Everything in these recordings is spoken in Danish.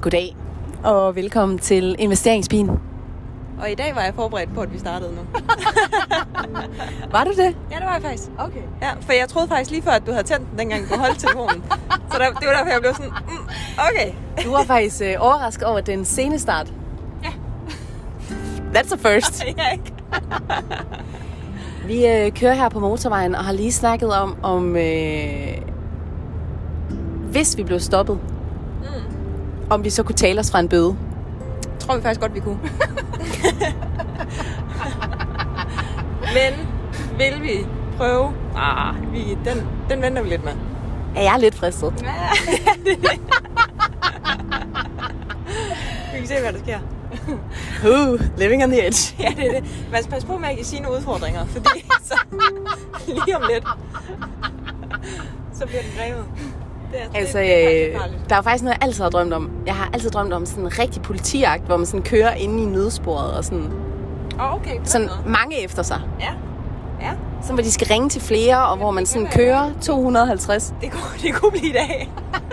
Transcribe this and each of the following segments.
Goddag, og velkommen til Investeringspigen. Og i dag var jeg forberedt på, at vi startede nu. Var du det? Ja, det var jeg faktisk. Okay. Ja, for jeg troede faktisk lige før, at du havde tændt den, dengang du holdt telefonen. Så det var derfor, jeg blev sådan, okay. Du var faktisk overrasket over den sene start. Ja. That's a first. Ja, ikke? Vi kører her på motorvejen og har lige snakket om hvis vi blev stoppet, om vi så kunne tale os fra en bøde. Tror vi faktisk godt, vi kunne. Men vil vi prøve? Den venter vi lidt med. Er jeg lidt fristet? Ja. Vi kan se, hvad der sker. Living on the edge. Ja, det er det. Man skal passe på med at give sine udfordringer, fordi så lige om lidt, så bliver den grebet. Altså, der er faktisk noget, jeg altid har drømt om. Jeg har altid drømt om sådan en rigtig politijagt, hvor man sådan kører inde i nødsporet og sådan, okay, sådan mange efter sig. Ja. Sådan, hvor de skal ringe til flere, og hvor man sådan kører 250. Det kunne blive i dag.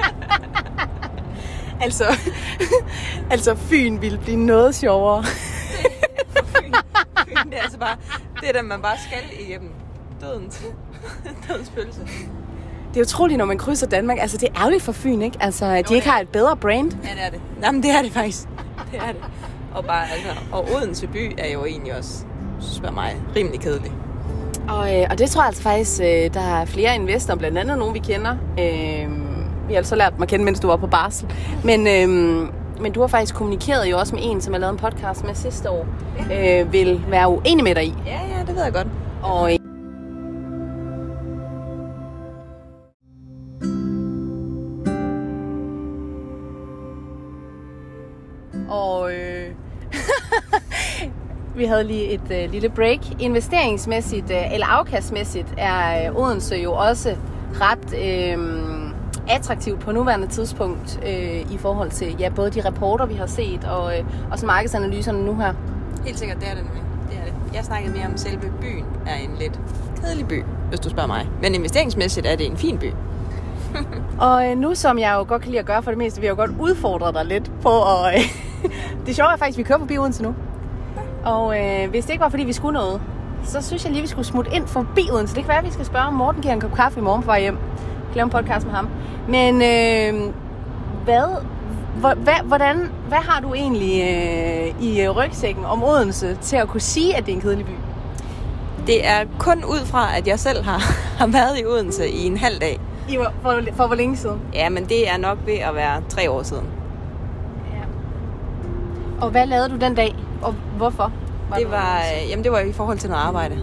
altså Fyn ville blive noget sjovere. Fyn, det er altså bare, det er det, man bare skal igennem. Dødens pølse. Det er utroligt, når man krydser Danmark. Altså, det er ærgerligt for Fyn, ikke? Altså, at de ikke har et bedre brand. Ja, det er det. Jamen, det er det faktisk. Det er det. Og Odense by er jo egentlig også, spørg mig, rimelig kedelig. Og det tror jeg altså faktisk, der er flere investorer, blandt andet nogen, vi kender. Vi har altså lært mig at kende, mens du var på barsel. Men du har faktisk kommunikeret jo også med en, som har lavet en podcast med sidste år. Vil være uenig med dig i. Ja, det ved jeg godt. Og vi havde lige et lille break. Investeringsmæssigt eller afkastmæssigt er Odense jo også ret attraktivt på nuværende tidspunkt i forhold til både de rapporter, vi har set, og så markedsanalyserne nu her. Helt sikkert, det er det nemlig. Det er det. Jeg snakkede mere om selve byen er en lidt kedelig by, hvis du spørger mig. Men investeringsmæssigt er det en fin by. Og nu, som jeg jo godt kan lide at gøre for det meste, vil jeg jo godt udfordre dig lidt på at... Det sjove er faktisk, at vi kører forbi Odense nu. Og hvis det ikke var, fordi vi skulle noget, så synes jeg lige, vi skulle smutte ind forbi Odense. Det kan være, at vi skal spørge, om Morten giver en kop kaffe i morgen på vej hjem. Jeg kan lave en podcast med ham. Men hvad har du egentlig i rygsækken om Odense til at kunne sige, at det er en kedelig by? Det er kun ud fra, at jeg selv har været i Odense i en halv dag. For hvor længe siden? Ja, men det er nok ved at være 3 år siden. Ja. Og hvad lavede du den dag? Og hvorfor? Det var i forhold til noget arbejde.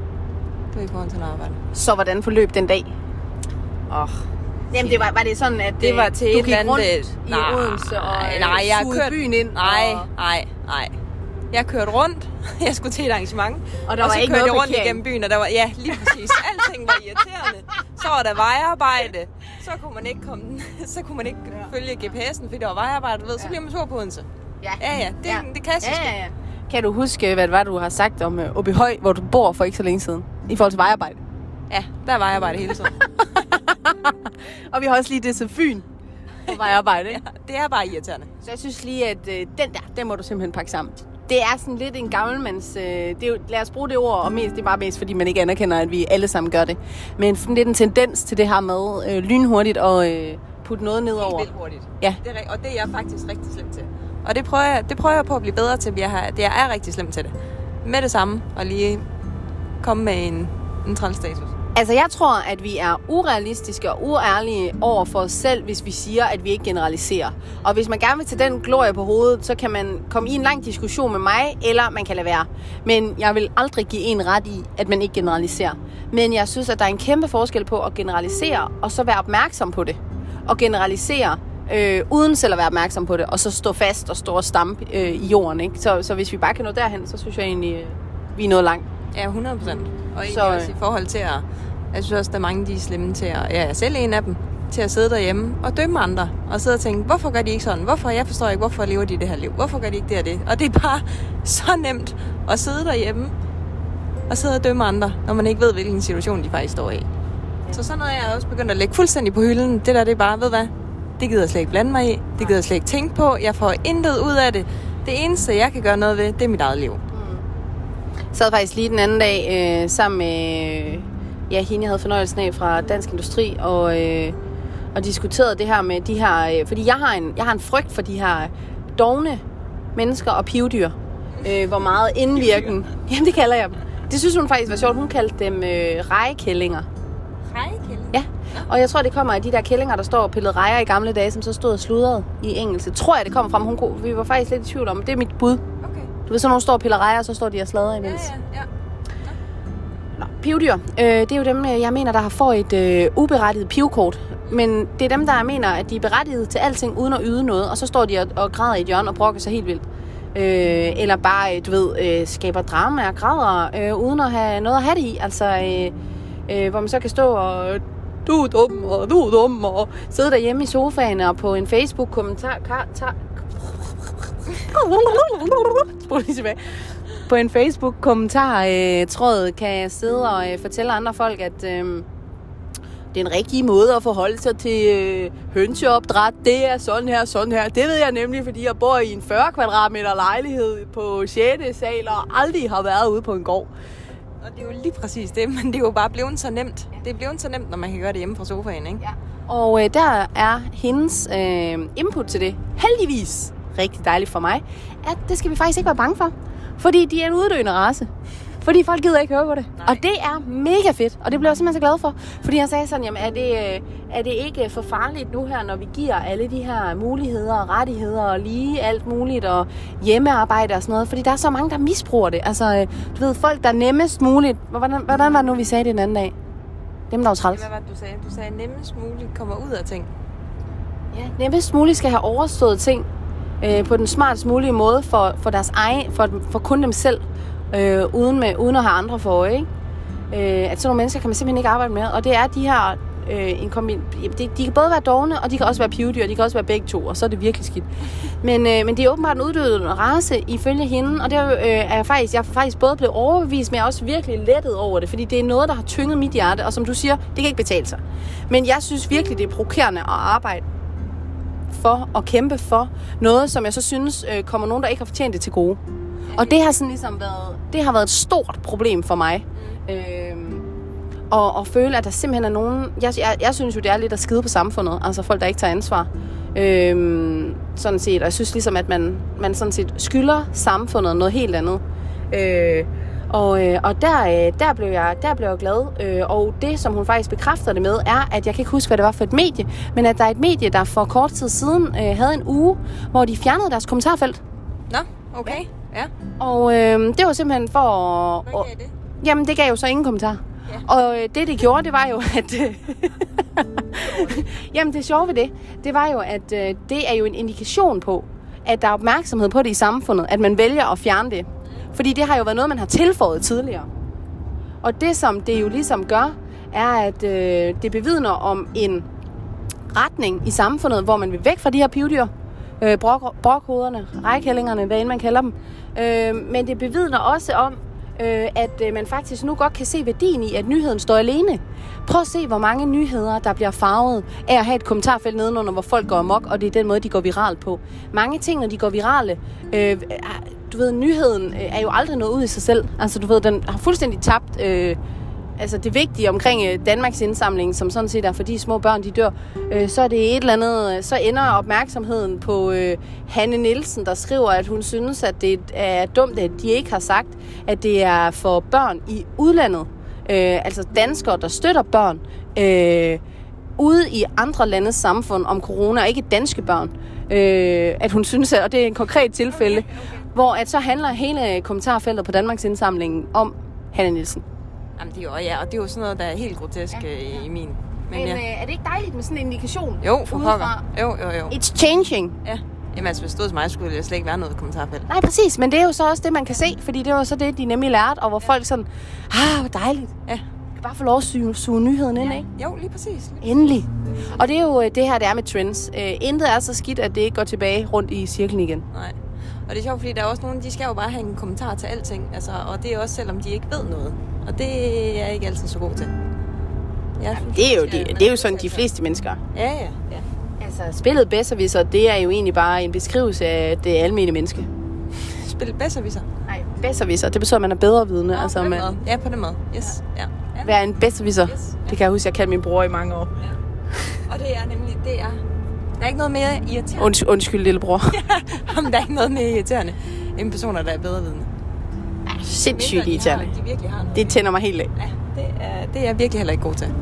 Så hvordan forløb den dag? Jamen, var det sådan, at det var til du et gik rundt i Odense og jeg sugede byen ind? Nej. Jeg kørte rundt. Jeg skulle til et arrangement. Og der var så ikke kørte noget jeg rundt parkering. igennem byen, og der var, ja, lige præcis. Alting var irriterende. Så var der vejarbejde. Så kunne man ikke følge GPS'en, fordi der var vejarbejde. Så bliver man sur på Odense. Ja. Det er det klassiske. Ja. Kan du huske, hvad det var, du har sagt om Åbyhøj, hvor du bor for ikke så længe siden? I forhold til vejarbejde? Ja, der er vejarbejde hele tiden. Og vi har også lige det til Fyn på vejarbejde, ikke? Ja, det er bare irriterende. Så jeg synes lige, at den må du simpelthen pakke sammen. Det er sådan lidt en gammelmands... lad os bruge det ord, og det er bare mest, fordi man ikke anerkender, at vi alle sammen gør det. Men sådan lidt en tendens til det her med lynhurtigt og putte noget nedover. Helt vildt hurtigt. Ja. Og det er jeg faktisk rigtig slemt til. Og det prøver jeg på at blive bedre til. Jeg er rigtig slemt til det. Med det samme, og lige komme med en trælstatus. Altså, jeg tror, at vi er urealistiske og uærlige over for os selv, hvis vi siger, at vi ikke generaliserer. Og hvis man gerne vil tage den glorie på hovedet, så kan man komme i en lang diskussion med mig, eller man kan lade være. Men jeg vil aldrig give en ret i, at man ikke generaliserer. Men jeg synes, at der er en kæmpe forskel på at generalisere, og så være opmærksom på det. Og generalisere uden selv at være opmærksom på det, og så stå fast og stå og stampe i jorden, ikke? Så hvis vi bare kan nå derhen, så synes jeg egentlig, vi er nået langt. Ja, 100%. Og egentlig også i forhold til at... Jeg synes også, der er mange, de er slemme til at... Ja, jeg er selv en af dem. Til at sidde derhjemme og dømme andre. Og sidde og tænke, hvorfor gør de ikke sådan? Jeg forstår ikke, hvorfor lever de det her liv? Hvorfor gør de ikke det og det? Og det er bare så nemt at sidde derhjemme og sidde og dømme andre, når man ikke ved, hvilken situation de faktisk står i. Så sådan noget er jeg også begyndt at lægge fuldstændig på hylden. Det der, det er bare, ved hvad? Det gider jeg slet ikke blande mig i. Det gider jeg slet ikke tænke på. Jeg får intet ud af det. Det eneste, jeg kan gøre noget ved, det er mit eget liv. Jeg sad faktisk lige den anden dag sammen med hende, jeg havde fornøjelsen af fra Dansk Industri, og diskuterede det her med de her... fordi jeg har en frygt for de her dovne mennesker og pivdyr. Hvor meget indvirken... Jamen, det kalder jeg dem. Det synes hun faktisk var sjovt. Hun kaldte dem rejekællinger. Rejekællinger? Ja. Og jeg tror, det kommer af de der kællinger, der står og pillede rejer i gamle dage, som så stod og sludrede i engelsk. Det tror jeg, det kommer fra. Vi var faktisk lidt i tvivl om, det er mit bud. Okay. Du ved, så nogen står og piller rejer, og så står de og sladrer imens. Ja. Nå, pivdyr. Det er jo dem, jeg mener, der har fået et uberettiget pivkort. Men det er dem, der mener, at de er berettiget til alting, uden at yde noget. Og så står de og græder i et hjørne og brokker sig helt vildt. Eller bare, du ved, skaber drama og græder, uden at have noget at have det i. Altså, hvor man så kan stå og... Du er dum, og sidde derhjemme i sofaen og på en Facebook-kommentar... På en Facebook-kommentar-tråd kan jeg sidde og fortælle andre folk, at det er en rigtig måde at forholde sig til hønseopdræt. Det er sådan her. Det ved jeg nemlig, fordi jeg bor i en 40 kvadratmeter lejlighed på 6. sal og aldrig har været ude på en gård. Og det er jo lige præcis det, men det er jo bare blevet så nemt. Det er blevet så nemt, når man kan gøre det hjemme fra sofaen, ikke? Ja. Og der er hendes input til det heldigvis rigtig dejligt for mig, at det skal vi faktisk ikke være bange for. Fordi de er en uddøende race. Fordi folk gider ikke høre på det. Nej. Og det er mega fedt, og det blev jeg simpelthen så glad for. Fordi jeg sagde sådan, jamen er det ikke for farligt nu her, når vi giver alle de her muligheder og rettigheder og lige alt muligt og hjemmearbejde og sådan noget. Fordi der er så mange, der misbruger det. Altså, du ved, folk, der nemmest muligt... Hvordan var det nu, vi sagde det den anden dag? Dem, der var træls. Hvad var det, du sagde? Du sagde, nemmest muligt kommer ud af ting. Ja, nemmest muligt skal have overstået ting på den smartest mulige måde for deres egen, for kun dem selv. Uden at have andre for øje, ikke? At sådan nogle mennesker kan man simpelthen ikke arbejde med. Og det er de her de kan både være dovne, og de kan også være pivdyr, de kan også være begge to, og så er det virkelig skidt. Men det er åbenbart en uddødende race ifølge hende, og det er jeg faktisk både blevet overbevist, men jeg er også virkelig lettet over det, fordi det er noget, der har tynget mit hjerte, og som du siger, det kan ikke betale sig. Men jeg synes virkelig, det er provokerende at arbejde for og kæmpe for noget, som jeg så synes kommer nogen, der ikke har fortjent det til gode. Og det har sådan ligesom været et stort problem for mig. Og føle, at der simpelthen er nogen... Jeg synes jo, det er lidt at skide på samfundet. Altså folk, der ikke tager ansvar. Sådan set. Og jeg synes ligesom, at man sådan set skylder samfundet noget helt andet. Og der blev jeg glad. Og det, som hun faktisk bekræfter det med, er, at jeg kan ikke huske, hvad det var for et medie, men at der er et medie, der for kort tid siden havde en uge, hvor de fjernede deres kommentarfelt. Nå, okay. Ja. Og det var simpelthen for... Hvad gav det? Jamen, det gav jo så ingen kommentar. Ja. Og det gjorde, det var jo, at... Jamen, det sjove ved det var jo, at det er jo en indikation på, at der er opmærksomhed på det i samfundet, at man vælger at fjerne det. Fordi det har jo været noget, man har tilføjet tidligere. Og det, som det jo ligesom gør, er, at det bevidner om en retning i samfundet, hvor man vil væk fra de her pivdyr, brokhoderne, rejekællingerne, hvad end man kalder dem. Men det bevidner også om, at man faktisk nu godt kan se værdien i, at nyheden står alene. Prøv at se, hvor mange nyheder, der bliver farvet af at have et kommentarfelt nedenunder, hvor folk går amok, og det er den måde, de går viralt på. Mange ting, når de går virale, du ved, nyheden er jo aldrig noget ud i sig selv. Altså, du ved, den har fuldstændig tabt altså det vigtige omkring Danmarks indsamling, som sådan set er, fordi små børn, de dør, så er det et eller andet, så ender opmærksomheden på Hanne Nielsen, der skriver, at hun synes, at det er dumt, at de ikke har sagt, at det er for børn i udlandet, altså danskere, der støtter børn, ude i andre landes samfund om corona, og ikke danske børn. At hun synes, og det er en konkret tilfælde, hvor at så handler hele kommentarfeltet på Danmarks indsamling om Hanne Nielsen. Jamen, det er jo, ja, og det er jo sådan noget, der er helt grotesk i min... Men ja. Er det ikke dejligt med sådan en indikation? Jo, for pokker. Jo. It's changing. Ja. Jamen, altså, hvis det stod til mig, skulle det slet ikke være noget kommentarfelt. Nej, præcis. Men det er jo så også det, man kan se, fordi det var så det, de nemlig lærte, og hvor folk sådan, hvor dejligt. Ja. Du kan bare få lov at suge nyheden ind, ikke? Jo, lige præcis. Endelig. Og det er jo det her, det er med trends. Intet er så skidt, at det ikke går tilbage rundt i cirklen igen. Nej. Og det er sjovt, fordi der er også nogen, de skal jo bare have en kommentar til alting. Altså, og det er også selvom de ikke ved noget. Og det er jeg ikke altid så god til. Det er jo sådan de fleste mennesker. Ja. Altså, spillet Besserwisser, det er jo egentlig bare en beskrivelse af det almene menneske. Spillet Besserwisser? Nej, Besserwisser, det betyder, at man er bedre vidende. På den måde. Ja, på den måde. Yes. Ja. Være en Besserwisser. Yes. Det kan jeg huske, jeg kaldte min bror i mange år. Ja. Og det er nemlig, der er ikke noget mere irriterende. Undskyld, lillebror. Jamen, der er ikke noget mere irriterende end personer, der er bedre vidende. Ja, sindssygt irriterende. De virkelig har noget. Det tænder mig helt af. Ja, det er jeg virkelig heller ikke god til.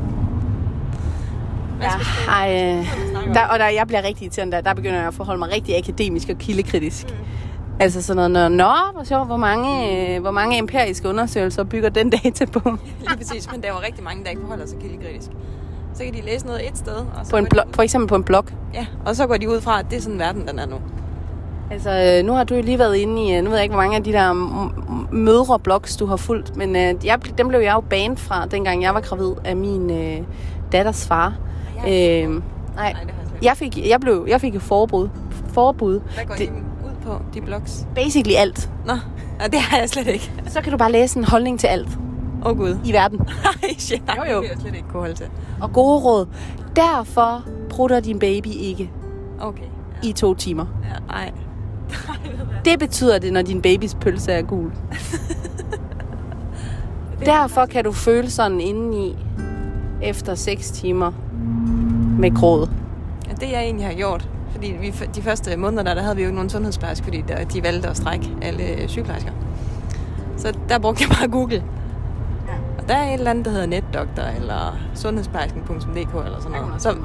Jeg bliver rigtig irriterende. Der begynder jeg at forholde mig rigtig akademisk og kildekritisk. Altså sådan noget, hvor sjovt, hvor mange empiriske undersøgelser bygger den data på. Lige præcis, men der er jo rigtig mange, der ikke forholder sig kildekritisk. Så kan de læse noget et sted. Og så for eksempel på en blog. Ja, og så går de ud fra, at det er sådan verden, den er nu. Altså, nu har du jo lige været inde i, nu ved jeg ikke, hvor mange af de der mødreblogs, du har fulgt, men dem blev jeg jo banet fra, dengang jeg var gravid af min datters far. Nej, jeg fik et forbud. Hvad går de ud på, de blogs? Basically alt. Nå, det har jeg slet ikke. Så kan du bare læse en holdning til alt. Gud. I verden. Nej, shit. Jo. Det vil jeg slet ikke kunne holde til. Og gode råd. Derfor prutter din baby ikke. Okay. I 2 timer. Ja, ej. Det betyder det, når din babys pølse er gul. Derfor kan du føle sådan indeni efter 6 timer med gråd. Ja, det jeg egentlig har gjort. Fordi de første måneder, der havde vi jo ikke nogen sundhedsplejerske, fordi de valgte at strække alle sygeplejersker. Så der brugte jeg bare Google. Og der er et eller andet, der hedder netdoktor, eller sundhedsplejersken.dk, eller sådan noget. Så,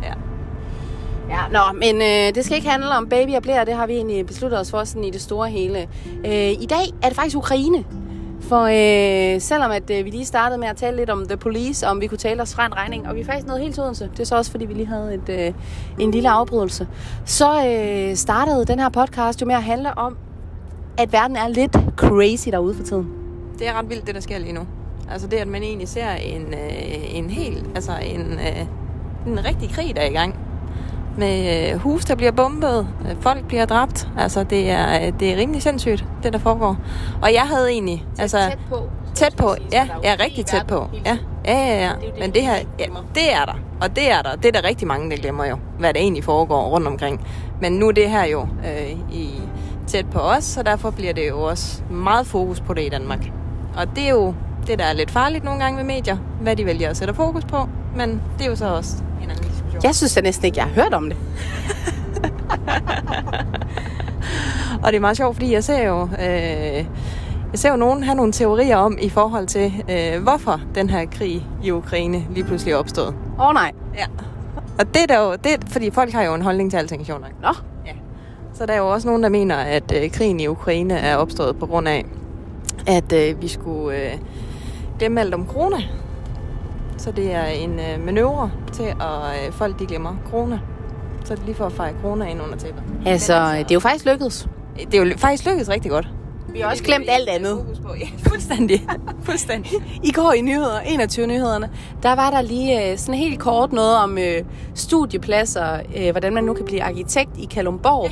men det skal ikke handle om baby og blære, det har vi egentlig besluttet os for sådan i det store hele. I dag er det faktisk Ukraine. For selvom at vi lige startede med at tale lidt om The Police, om vi kunne tale os fra en regning, og vi faktisk nåede helt til Odense, det er så også fordi vi lige havde en lille afbrydelse, så startede den her podcast jo med at handle om, at verden er lidt crazy derude for tiden. Det er ret vildt, det der sker lige nu. Altså det, at man egentlig ser en rigtig krig, der er i gang. Med hus, der bliver bombet, folk bliver dræbt. Altså det er rimelig sindssygt, det der foregår. Og jeg havde egentlig tæt på. Ja, rigtig tæt på. Ja. Men det her, det er der. Og det er der. Det er der rigtig mange, der glemmer jo, hvad der egentlig foregår rundt omkring. Men nu er det her jo tæt på os, så derfor bliver det jo også meget fokus på det i Danmark. Og det er jo det, der er lidt farligt nogle gange ved medier, hvad de vælger at sætte fokus på. Men det er jo så også en anden diskussion. Jeg synes da næsten ikke, jeg har hørt om det. Og det er meget sjovt, fordi jeg ser jo nogen have nogle teorier om i forhold til, hvorfor den her krig i Ukraine lige pludselig er opstået. Nej. Ja. Og det er jo, fordi folk har jo en holdning til alting, sjovt nok. Nå. Ja. Så der er jo også nogen, der mener, at krigen i Ukraine er opstået på grund af, at vi skulle glemme alt om corona. Så det er en manøvre til, at folk de glemmer corona. Så det er lige for at fejre corona ind under tæppet. Altså, det er jo faktisk lykkedes. Det er jo faktisk lykkedes rigtig godt. Vi har også glemt alt andet. Ja, fuldstændig. I går i nyheder, 21 nyhederne, der var der lige sådan helt kort noget om studiepladser, hvordan man nu kan blive arkitekt i Kalundborg,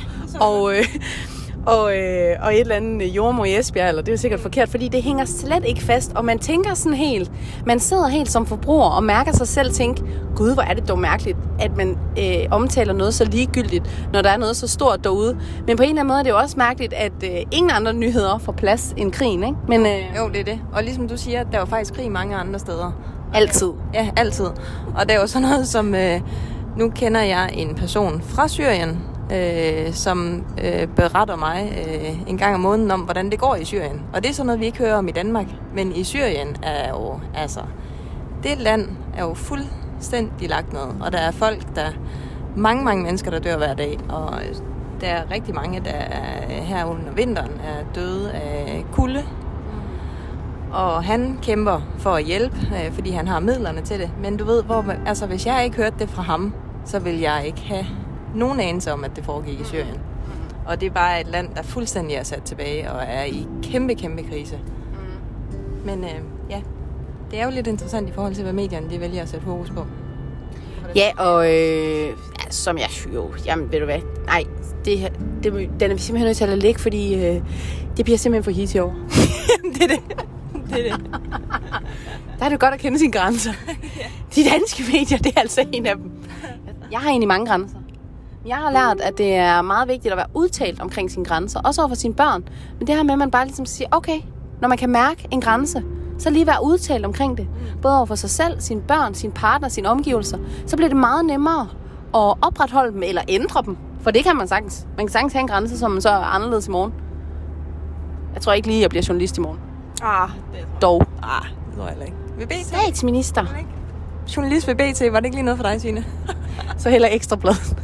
og et eller andet jordmor i Esbjerg, eller det er jo sikkert forkert, fordi det hænger slet ikke fast, og man tænker sådan helt, man sidder helt som forbruger og mærker sig selv tænke, gud, hvor er det dog mærkeligt, at man omtaler noget så ligegyldigt, når der er noget så stort derude. Men på en eller anden måde er det jo også mærkeligt, at ingen andre nyheder får plads end krigen, ikke? Men, jo, det er det. Og ligesom du siger, der er jo faktisk krig mange andre steder. Altid. Ja, altid. Og der er jo sådan noget som, nu kender jeg en person fra Syrien, som beretter mig en gang om måneden om, hvordan det går i Syrien. Og det er sådan noget, vi ikke hører om i Danmark. Men i Syrien er jo, altså, det land er jo fuldstændig lagt ned. Og der er folk, mange mennesker, der dør hver dag. Og der er rigtig mange, der her under vinteren er døde af kulde. Og han kæmper for at hjælpe, fordi han har midlerne til det. Men du ved, hvis jeg ikke hørte det fra ham, så vil jeg ikke have nogen anelse om, at det foregik i Syrien. Og det er bare et land, der fuldstændig er sat tilbage og er i kæmpe krise. Men det er jo lidt interessant i forhold til, hvad medierne de vælger at sætte fokus på. Ja, og som jeg jo, jamen ved du hvad, nej, den er vi simpelthen nødt til at lade ligge, fordi det bliver simpelthen for hissigt over. Det er det. Der er det godt at kende sine grænser. De danske medier, det er altså en af dem. Jeg har egentlig mange grænser. Jeg har lært, at det er meget vigtigt at være udtalt omkring sine grænser, også over for sine børn. Men det her med, at man bare ligesom siger, okay, når man kan mærke en grænse, så lige være udtalt omkring det. Både over for sig selv, sine børn, sine partner, sine omgivelser. Så bliver det meget nemmere at opretholde dem eller ændre dem. For det kan man sagtens. Man kan sagtens have en grænse, som så er anderledes i morgen. Jeg tror ikke lige, jeg bliver journalist i morgen. Det tror jeg. Dog. Det tror jeg ikke. Ved BT? Statsminister. Journalist ved BT, var det ikke lige noget for dig, Signe? Så heller Ekstrabladet.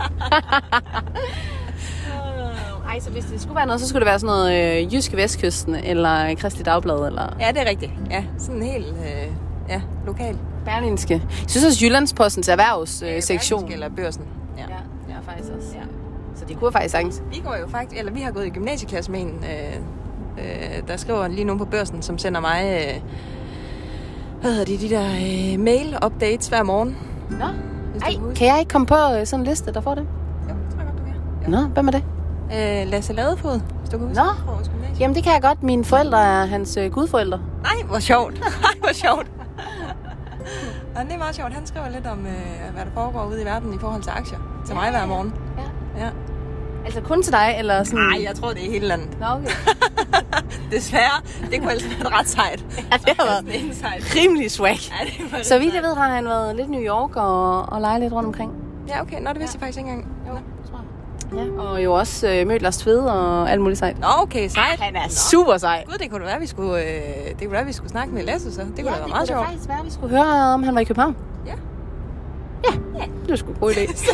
Ej, så hvis det skulle være noget, så skulle det være sådan noget Jyske Vestkysten, eller Kristeligt Dagblad, eller... Ja, det er rigtigt. Ja, sådan helt lokal. Berlingske. Jeg synes også Jyllandspostens erhvervssektion. Eller Børsen. Ja, faktisk også. Ja. Så det kunne faktisk sagtens. Vi har gået i gymnasieklasse med en, der skriver lige nu på Børsen, som sender mig, de der mail-updates hver morgen. Nå, kan jeg ikke komme på sådan en liste, der får det? Jo, det tror jeg godt, du kan. Ja. Nå, hvem er det? Lasse Ladefod, hvis du kan huske. Jamen det kan jeg godt. Mine forældre er hans gudforældre. Nej, hvor sjovt. Og det er meget sjovt. Han skriver lidt om, hvad der foregår ude i verden i forhold til aktier. Til mig hver morgen. Ja. Altså kun til dig, eller sådan? Nej, jeg tror, det er hele landet. Nå, okay. Desværre, det kunne altså være ret sejt. Ja, det har været rimelig swag. Ja, så vidt jeg ved, har han været lidt i New York og leget lidt rundt omkring. Ja, okay. Nå, det vidste jeg faktisk ikke engang. Jo, tror jeg. Ja, og jo også mødt Lars Tvede og alt muligt sejt. Nå, okay, sejt. Han er super sej. Gud, det kunne da være, vi skulle snakke med Lasse, så. Det kunne da være meget sjovt. Det kunne faktisk være, vi skulle høre, om han var i København. Ja. Ja, det var sgu en god idé.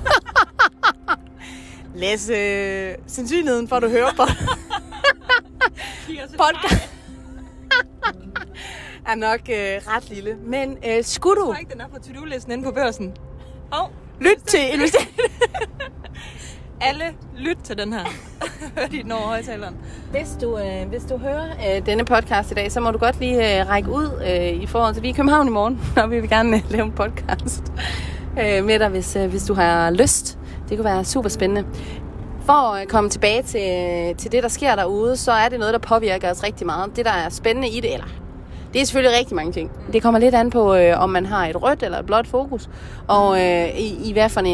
Lasse, sandsynligheden for, at du hører på podcast er nok ret lille. Men skulle du... Jeg tror ikke, den er på to-do-listen inde på Børsen. Lyt til investering. Alle lyt til den her. Hør dit over højtaleren. Hvis du hører denne podcast i dag, så må du godt lige række ud i forhold til... Vi er i København i morgen, og vi vil gerne lave en podcast med dig, hvis du har lyst. Det kunne være super spændende. For at komme tilbage til det, der sker derude, så er det noget, der påvirker os rigtig meget. Det, der er spændende i det, det er selvfølgelig rigtig mange ting. Det kommer lidt an på, om man har et rødt eller et blåt fokus, og i hvad for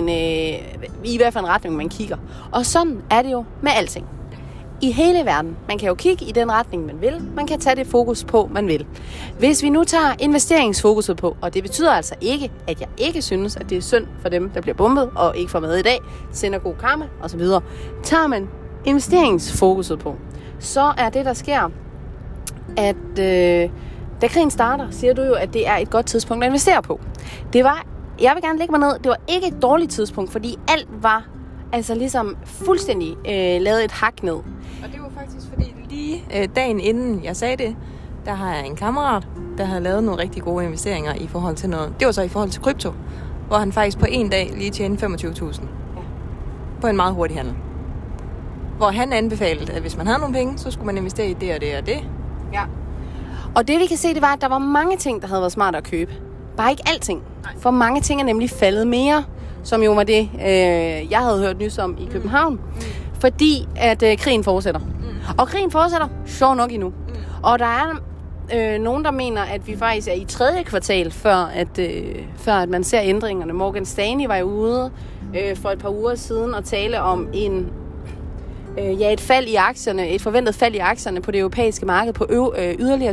en retning man kigger. Og sådan er det jo med alting. I hele verden. Man kan jo kigge i den retning, man vil. Man kan tage det fokus på, man vil. Hvis vi nu tager investeringsfokuset på, og det betyder altså ikke, at jeg ikke synes, at det er synd for dem, der bliver bombet, og ikke får med i dag, sender god karma osv. Tager man investeringsfokuset på, så er det, der sker, at da krigen starter, siger du jo, at det er et godt tidspunkt at investere på. Jeg vil gerne lægge mig ned, det var ikke et dårligt tidspunkt, fordi alt var altså ligesom fuldstændig lavet et hak ned. Og det var faktisk fordi lige dagen inden jeg sagde det, der har jeg en kammerat, der havde lavet nogle rigtig gode investeringer i forhold til noget. Det var så i forhold til krypto, hvor han faktisk på en dag lige tjente 25.000 på en meget hurtig handel. Hvor han anbefalede, at hvis man havde nogle penge, så skulle man investere i det og det og det. Ja. Og det vi kan se, det var, at der var mange ting, der havde været smart at købe. Bare ikke alting. Nej. For mange ting er nemlig faldet mere, som jo var det, jeg havde hørt nys om i København. Fordi at krigen fortsætter. Og krigen fortsætter sjov nok endnu. Og der er nogen, der mener, at vi faktisk er i 3. kvartal, før at man ser ændringerne. Morgan Stanley var jo ude for et par uger siden og tale om et fald i aktierne, et forventet fald i aktierne på det europæiske marked på yderligere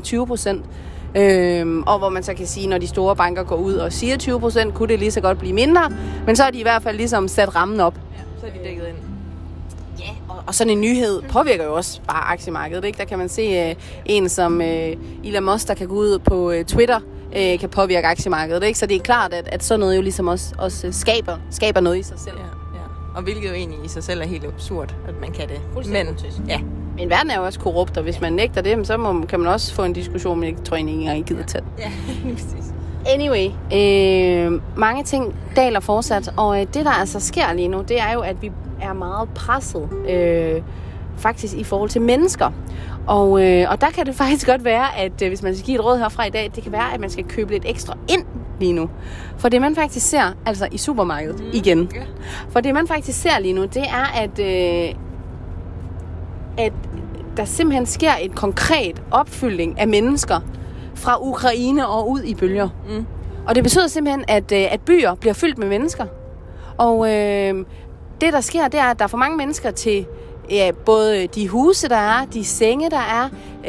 20%. Og hvor man så kan sige, når de store banker går ud og siger 20%, kunne det lige så godt blive mindre. Men så er de i hvert fald ligesom sat rammen op. Ja, så er de dækket ind. Ja, og sådan en nyhed påvirker jo også bare aktiemarkedet, ikke? Der kan man se en som Elon Musk, der kan gå ud på Twitter, kan påvirke aktiemarkedet, ikke? Så det er klart, at sådan noget jo ligesom også skaber noget i sig selv. Ja. Og hvilket jo egentlig i sig selv er helt absurd, at man kan det. Men verden er jo også korrupt, og hvis man nægter det, så kan man også få en diskussion, men jeg tror egentlig ikke engang, I gider tage. Ja, præcis. Anyway, mange ting daler fortsat, og det, der altså sker lige nu, det er jo, at vi er meget presset, faktisk i forhold til mennesker. Og der kan det faktisk godt være, at hvis man skal give et råd herfra i dag, det kan være, at man skal købe lidt ekstra ind lige nu. For det, man faktisk ser, altså i supermarkedet igen, for det, man faktisk ser lige nu, det er, at der simpelthen sker et konkret opfyldning af mennesker fra Ukraine og ud i bølger. Og det betyder simpelthen, at byer bliver fyldt med mennesker. Og det, der sker, det er, at der er for mange mennesker til både de huse, der er, de senge, der er,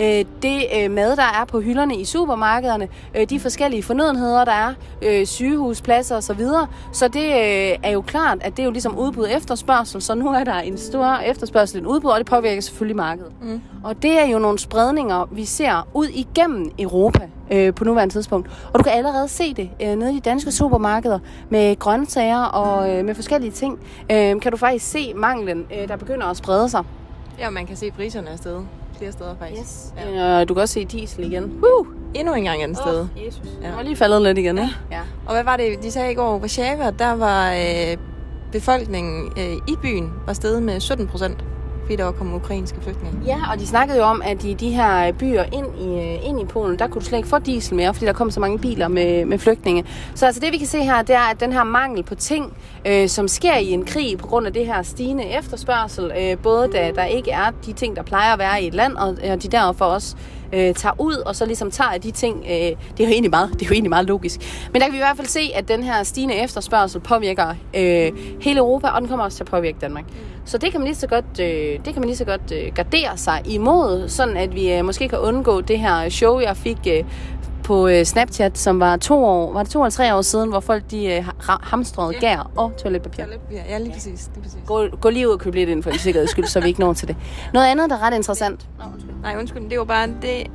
det mad, der er på hylderne i supermarkederne, de forskellige fornødenheder, der er, sygehuspladser osv. Så det er jo klart, at det er jo ligesom udbud og efterspørgsel, så nu er der en stor efterspørgsel end udbud, og det påvirker selvfølgelig markedet. Og det er jo nogle spredninger, vi ser ud igennem Europa på nuværende tidspunkt. Og du kan allerede se det nede i de danske supermarkeder med grøntsager og med forskellige ting. Kan du faktisk se manglen, der begynder at sprede sig. Ja, man kan se priserne afsted. Flere steder faktisk. Yes. Ja. Du kan også se diesel igen. Endnu en gang andet sted. Jesus. Ja. Det var lige faldet lidt igen, ikke? Ja. Og hvad var det, de sagde i går? Warszawa, der var befolkningen i byen var steget med 17%. Fordi der var kommet ukrainske flygtninge. Ja, og de snakkede jo om, at i de her byer ind i Polen, der kunne du slet ikke få diesel mere, fordi der kom så mange biler med flygtninge. Så altså det, vi kan se her, det er, at den her mangel på ting, som sker i en krig på grund af det her stigende efterspørgsel, både da der ikke er de ting, der plejer at være i et land, og de derfor også tager ud, og så ligesom tager de ting. Det er jo egentlig meget logisk. Men der kan vi i hvert fald se, at den her stigende efterspørgsel påvirker hele Europa, og den kommer også til at påvirke Danmark. Så det kan man lige så godt gardere sig imod, sådan at vi måske kan undgå det her show, jeg fik på Snapchat, som var 2 eller 3 år siden, hvor folk de hamstrede gær og toiletpapir. Ja, lige præcis. Gå lige ud og køb lidt ind for en sikkerheds skyld, så vi ikke når til det. Noget andet, der er ret interessant. Nej, undskyld, det var bare det.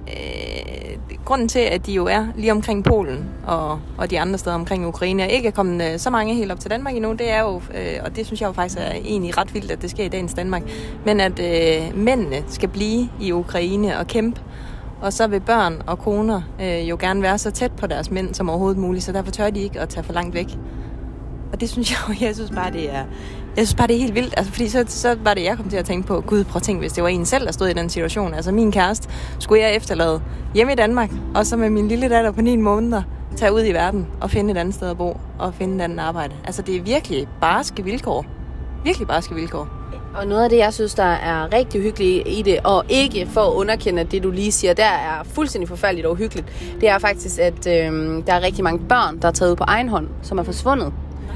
Grunden til, at de jo er lige omkring Polen og de andre steder omkring Ukraine, og ikke er kommet så mange helt op til Danmark endnu, det er jo, og det synes jeg jo faktisk er egentlig ret vildt, at det sker i dagens Danmark, men at mændene skal blive i Ukraine og kæmpe, og så vil børn og koner jo gerne være så tæt på deres mænd som overhovedet muligt, så derfor tør de ikke at tage for langt væk. Og det synes jeg synes bare, det er helt vildt. Altså, fordi så var det, jeg kom til at tænke på, gud, prøv at tænke, hvis det var en selv, der stod i den situation. Altså min kæreste skulle jeg efterlade hjemme i Danmark, og så med min lille datter på 9 måneder, tage ud i verden og finde et andet sted at bo og finde et andet arbejde. Altså det er virkelig barske vilkår. Virkelig barske vilkår. Og noget af det, jeg synes, der er rigtig hyggeligt i det, og ikke for at underkende det, du lige siger, der er fuldstændig forfærdeligt og uhyggeligt, det er faktisk, at der er rigtig mange børn, der er taget ud på egen hånd, som er forsvundet.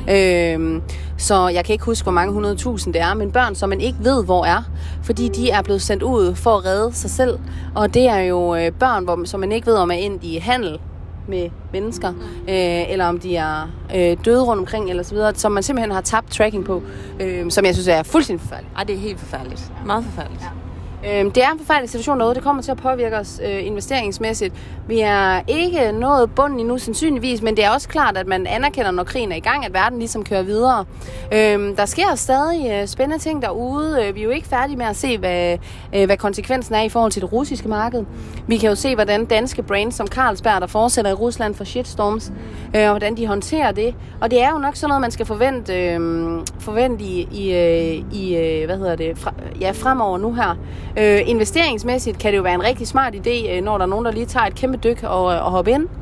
Så jeg kan ikke huske, hvor mange 100.000 det er, men børn, som man ikke ved, hvor er, fordi de er blevet sendt ud for at redde sig selv. Og det er jo børn, som man ikke ved, om er endt i handel med mennesker, eller om de er døde rundt omkring, eller så videre, som man simpelthen har tabt tracking på, som jeg synes er fuldstændig forfærdeligt. Ej, det er helt forfærdeligt. Meget forfærdeligt. Ja. Det er en forfærdelig situation derude. Det kommer til at påvirke os investeringsmæssigt. Vi er ikke nået bunden endnu sandsynligvis, men det er også klart, at man anerkender, når krigen er i gang, at verden ligesom kører videre. Der sker stadig spændende ting derude. Vi er jo ikke færdige med at se, hvad konsekvensen er i forhold til det russiske marked. Vi kan jo se, hvordan danske brands som Carlsberg, der fortsætter i Rusland for shitstorms, og hvordan de håndterer det. Og det er jo nok sådan noget, man skal forvente i fremover nu her. Investeringsmæssigt kan det jo være en rigtig smart idé, når der er nogen, der lige tager et kæmpe dyk og hopper ind.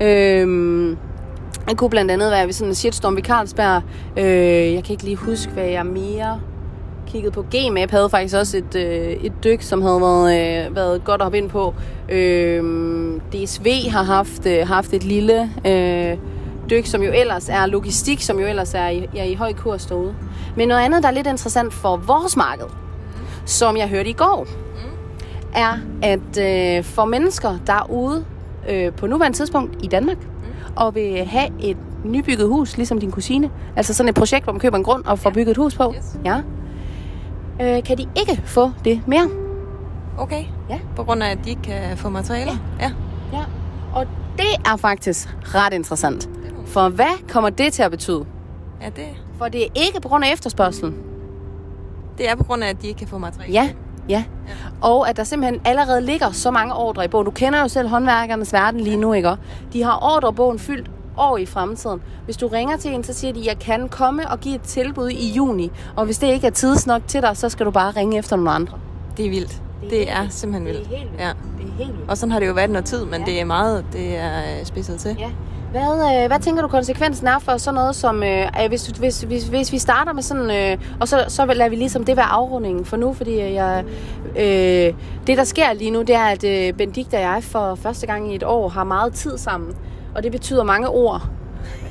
Det kunne blandt andet være ved sådan en shitstorm ved Carlsberg. Jeg kan ikke lige huske, hvad jeg mere kiggede på. Gmap havde faktisk også et dyk, som havde været godt at hoppe ind på. DSV har haft et lille dyk, som jo ellers er logistik, som jo ellers er i høj kurs derude. Men noget andet, der er lidt interessant for vores marked, som jeg hørte i går, er, at for mennesker derude på nuværende tidspunkt i Danmark, og vil have et nybygget hus, ligesom din kusine, altså sådan et projekt, hvor man køber en grund og får bygget et hus på, kan de ikke få det mere. Okay, på grund af, at de ikke kan få materialer? Ja. Og det er faktisk ret interessant. For hvad kommer det til at betyde? Ja, det. For det er ikke på grund af efterspørgselen. Det er på grund af, at de ikke kan få materialer. Ja. Og at der simpelthen allerede ligger så mange ordre i bogen. Du kender jo selv håndværkernes verden lige nu, ikke? De har ordrebogen fyldt år i fremtiden. Hvis du ringer til en, så siger de, jeg kan komme og give et tilbud i juni. Og hvis det ikke er tidsnok til dig, så skal du bare ringe efter nogle andre. Det er vildt. Det er simpelthen vildt. Det er helt vildt. Ja. Det er helt vildt. Og sådan har det jo været noget tid, men det er spidset til. Ja. Hvad tænker du konsekvensen er for sådan noget som, hvis vi starter med sådan, og så lader vi ligesom det være afrundingen for nu, fordi det der sker lige nu, det er, at Benedikte og jeg for første gang i et år har meget tid sammen, og det betyder mange ord.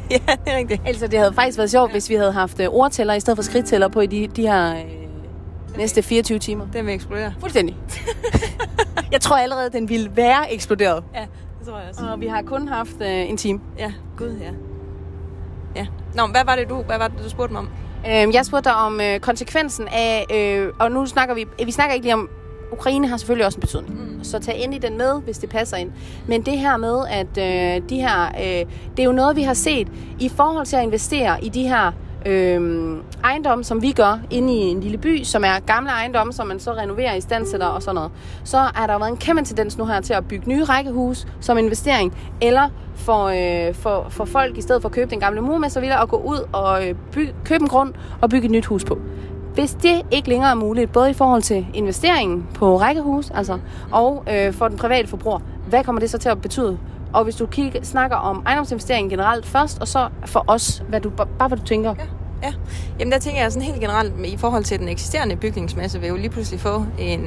Ja, det er rigtigt. Altså, det havde faktisk været sjovt, hvis vi havde haft ordtæller i stedet for skridttæller på i de her næste 24 timer. Den vil eksplodere. Fuldstændig. Jeg tror allerede, den ville være eksploderet. Ja, det tror jeg også. Og vi har kun haft en time. Ja, gud ja. Ja. Nå, hvad var det, du spurgte mig om? Jeg spurgte dig om konsekvensen af, og nu snakker vi snakker ikke lige om, Ukraine har selvfølgelig også en betydning. Så tag ind i den med, hvis det passer ind. Men det her med, at det er jo noget, vi har set i forhold til at investere i de her ejendomme, som vi gør inde i en lille by, som er gamle ejendomme, som man så renoverer i standsætter og sådan noget. Så er der været en kæmpe tendens nu her til at bygge nye rækkehus som investering, eller for folk i stedet for at købe den gamle murmestervilla og gå ud og købe en grund og bygge et nyt hus på. Hvis det ikke længere er muligt, både i forhold til investeringen på rækkehus, altså, og for den private forbruger, hvad kommer det så til at betyde? Og hvis du snakker om ejendomsinvestering generelt først, og så for os, hvad du tænker. Ja. Jamen der tænker jeg sådan helt generelt, i forhold til den eksisterende bygningsmasse, vil jo lige pludselig få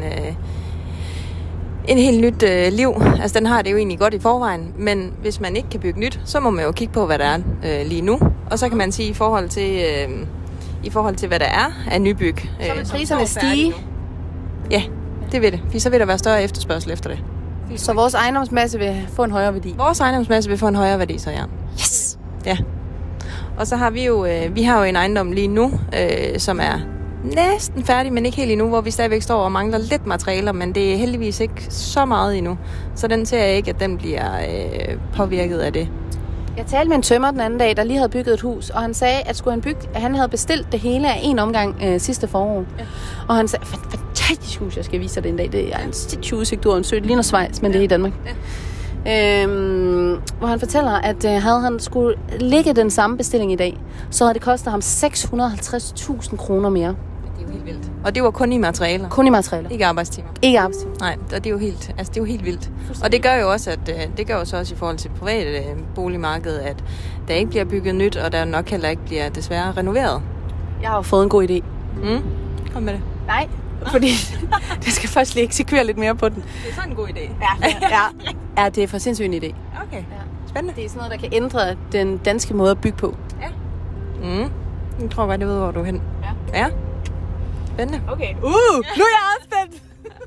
en helt nyt liv. Altså den har det jo egentlig godt i forvejen, men hvis man ikke kan bygge nyt, så må man jo kigge på, hvad der er lige nu. Og så kan man sige, i forhold til hvad der er af nybyg. Så vil priserne stige? Ja, det vil det. For så vil der være større efterspørgsel efter det. Så vores ejendomsmasse vil få en højere værdi? Vores ejendomsmasse vil få en højere værdi, så ja. Yes! Ja. Og så har vi jo en ejendom lige nu, som er næsten færdig, men ikke helt endnu, hvor vi stadigvæk står og mangler lidt materialer, men det er heldigvis ikke så meget endnu. Så den ser jeg ikke, at den bliver påvirket af det. Jeg talte med en tømrer den anden dag, der lige havde bygget et hus, og han sagde, at han havde bestilt det hele af en omgang sidste forår. Ja. Og han sagde, fantastisk hus, jeg skal vise dig den dag. Det er en sindssyg udsigt ud af en sø. Det ligner Schweiz, men det er i Danmark. Ja. Hvor han fortæller, at havde han skulle lægge den samme bestilling i dag, så havde det kostet ham 650.000 kroner mere. Det er jo helt vildt. Og det var kun i materialer? Kun i materialer. Ikke arbejdstimer? Ikke arbejdstimer. Nej, og det er jo helt vildt. Og det gør jo også, i forhold til private boligmarkedet, at der ikke bliver bygget nyt, og der nok heller ikke bliver desværre renoveret. Jeg har jo fået en god idé. Kom med det. Nej, fordi det skal først lige eksekvere lidt mere på den. Det er sådan en god idé. Ja, det er for sindssygt en idé. Okay, spændende. Det er sådan noget, der kan ændre den danske måde at bygge på. Ja. Jeg tror godt, jeg ved, hvor du er hen. Ja. Spændende. Okay. Nu er jeg også spændt.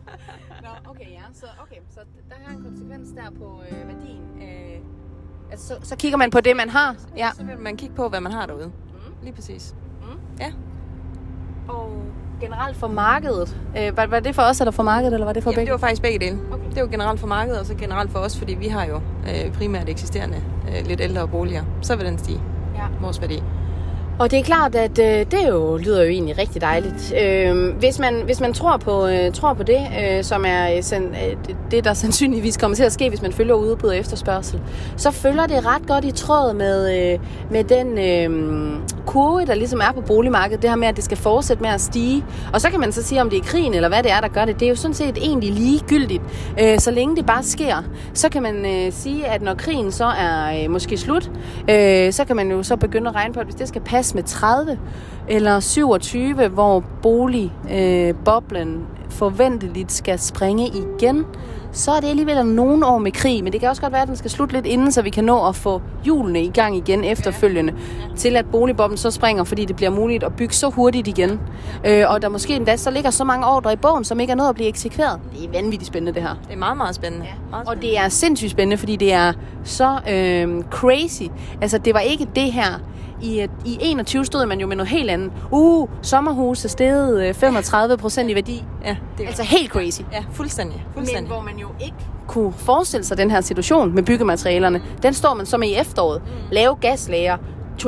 Så der har en konsekvens der på værdien. Altså, så kigger man på det, man har. Ja. Så vil man kigge på, hvad man har derude. Lige præcis. Ja. Og generelt for markedet. Var det for os, eller for markedet, eller var det for begge? Det var faktisk begge dele. Okay. Det var generelt for markedet, og så generelt for os, fordi vi har jo primært eksisterende lidt ældre boliger. Så vil den stige, vores værdi. Og det er klart, at det jo lyder jo egentlig rigtig dejligt. Hvis man tror på det, som er det, der sandsynligvis kommer til at ske, hvis man følger udbud og efterspørgsel, så følger det ret godt i tråd med den kurve, der ligesom er på boligmarkedet. Det her med, at det skal fortsætte med at stige. Og så kan man så sige, om det er krigen eller hvad det er, der gør det. Det er jo sådan set egentlig ligegyldigt. Så længe det bare sker, så kan man sige, at når krigen så er måske slut, så kan man jo så begynde at regne på, at hvis det skal passe med 30 eller 27, hvor boligboblen forventeligt skal springe igen, så er det alligevel nogle år med krig, men det kan også godt være, at den skal slutte lidt inden, så vi kan nå at få hjulene i gang igen efterfølgende, til at boligboblen så springer, fordi det bliver muligt at bygge så hurtigt igen. Og der måske endda så ligger så mange ordre i bogen, som ikke er nået at blive eksekveret. Det er vanvittigt spændende, det her. Det er meget, meget spændende. Ja. Meget spændende. Og det er sindssygt spændende, fordi det er så crazy. Altså, det var ikke det her. I 21 stod man jo med noget helt andet. Sommerhus er steget 35% i værdi. Ja, det er altså helt crazy. Ja, fuldstændig. Men hvor man jo ikke kunne forestille sig den her situation med byggematerialerne, den står man så med i efteråret. Lave gaslager,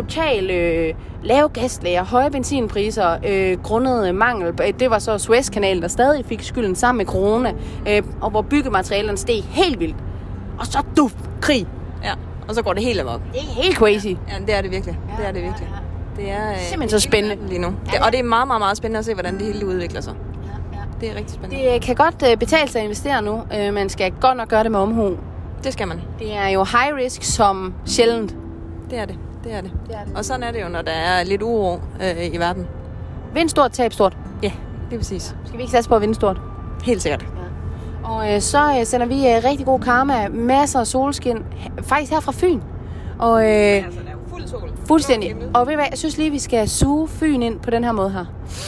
lave gaslager, høje benzinpriser, grundet mangel. Det var så Suezkanalen, der stadig fik skylden sammen med corona, og hvor byggematerialerne steg helt vildt. Og så krig. Ja. Og så går det helt amok. Det er helt crazy. Ja, det er det virkelig. Det er det virkelig. Det er simpelthen så spændende lige nu. Og det er meget, meget, meget spændende at se, hvordan det hele udvikler sig. Ja. Det er rigtig spændende. Det kan godt betale sig at investere nu. Man skal godt nok gøre det med omhu. Det skal man. Det er jo high risk som sjældent. Det er det. Og sådan er det jo, når der er lidt uro i verden. Vind stort, tab stort. Ja, det er præcis. Skal vi ikke satse på at vinde stort? Helt sikkert. Og så sender vi rigtig god karma, masser af solskin, faktisk her fra Fyn. Og altså, der er jo Fuld sol. Fuldstændig. Og ved du hvad, jeg synes lige, vi skal suge Fyn ind på den her måde her.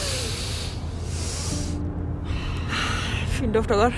Fyn dufter godt.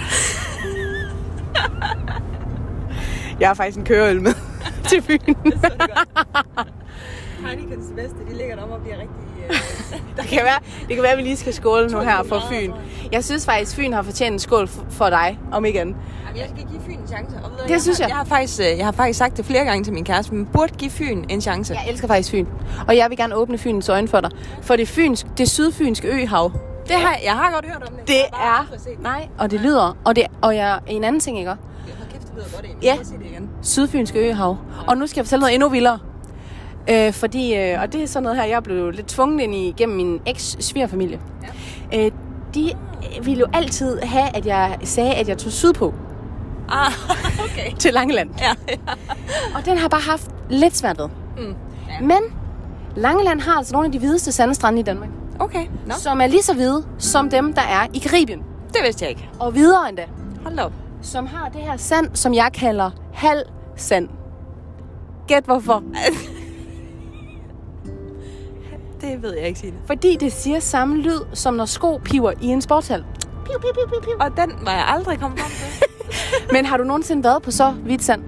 Jeg har faktisk en køreøl med til Fyn. Det er så godt. Heineken's bedste, de ligger derom og bliver rigtig... Det kan være, at vi lige skal skåle nu her for Fyn. Jeg synes faktisk, Fyn har fortjent en skål for dig, om ikke andet. Jamen, jeg skal give Fyn en chance. Og ved, det synes jeg. Jeg har faktisk sagt det flere gange til min kæreste, men burde give Fyn en chance. Jeg elsker faktisk Fyn. Og jeg vil gerne åbne Fyns øjne for dig. For det sydfynske øhav. Jeg har godt hørt om det. Det er... Nej, og det lyder... Og en anden ting, ikke? Hold kæft, det lyder godt egentlig. Ja, sydfynske øhav. Og nu skal jeg fortælle noget endnu vildere. Fordi, og det er sådan noget her, jeg blev lidt tvunget ind i gennem min eks-svigerfamilie. Ja. De ville jo altid have, at jeg sagde, at jeg tog sydpå. Okay. Til Langeland. Ja. Og den har bare haft lidt svært ved. Ja. Men Langeland har altså nogle af de hvideste sandstrande i Danmark. Okay. No. Som er lige så hvide som dem, der er i Karibien. Det vidste jeg ikke. Og videre endda. Hold op. Som har det her sand, som jeg kalder halv sand. Gæt hvorfor. Det ved jeg ikke, Signe. Fordi det siger samme lyd, som når sko piver i en sportshal. Piu, piu, piu, piu, piu. Og den var jeg aldrig kommet frem til. Men har du nogensinde været på så hvidt sand?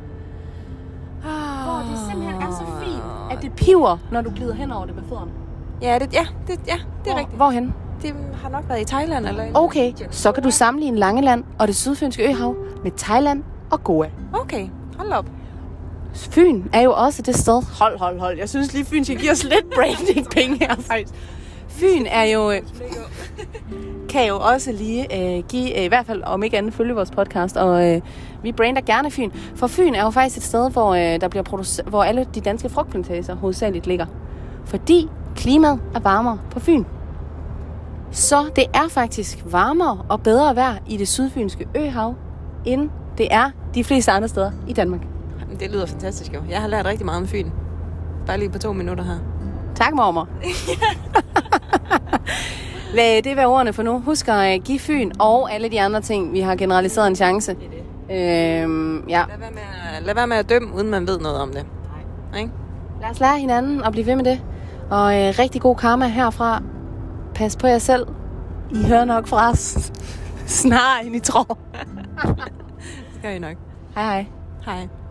Hvor det simpelthen er så fint, at det piver, når du glider hen over det med fødderne. Ja, det er rigtigt. Hvorhen? Det har nok været i Thailand eller... Okay, så kan du sammenligne Langeland og det sydfynske øhav med Thailand og Goa. Okay, hold op. Fyn er jo også det sted... Hold. Jeg synes lige, Fyn skal give os lidt branding-penge her, faktisk. Fyn er jo... kan jo også lige give... I hvert fald, om ikke andet, følge vores podcast. Og vi brander gerne Fyn. For Fyn er jo faktisk et sted, hvor, der bliver hvor alle de danske frugtplantager hovedsageligt ligger. Fordi klimaet er varmere på Fyn. Så det er faktisk varmere og bedre vejr i det sydfynske øhav, end det er de fleste andre steder i Danmark. Det lyder fantastisk jo. Jeg har lært rigtig meget om Fyn. Bare lige på 2 minutter her. Tak, mormor. Lad det være ordene for nu. Husk at give Fyn og alle de andre ting, vi har generaliseret en chance. Ja. Lad være med at dømme, uden man ved noget om det. Nej. Ikke? Lad os lære hinanden og blive ved med det. Og rigtig god karma herfra. Pas på jer selv. I hører nok fra os. Snart end I tror. Skal I nok. Hej. Hej.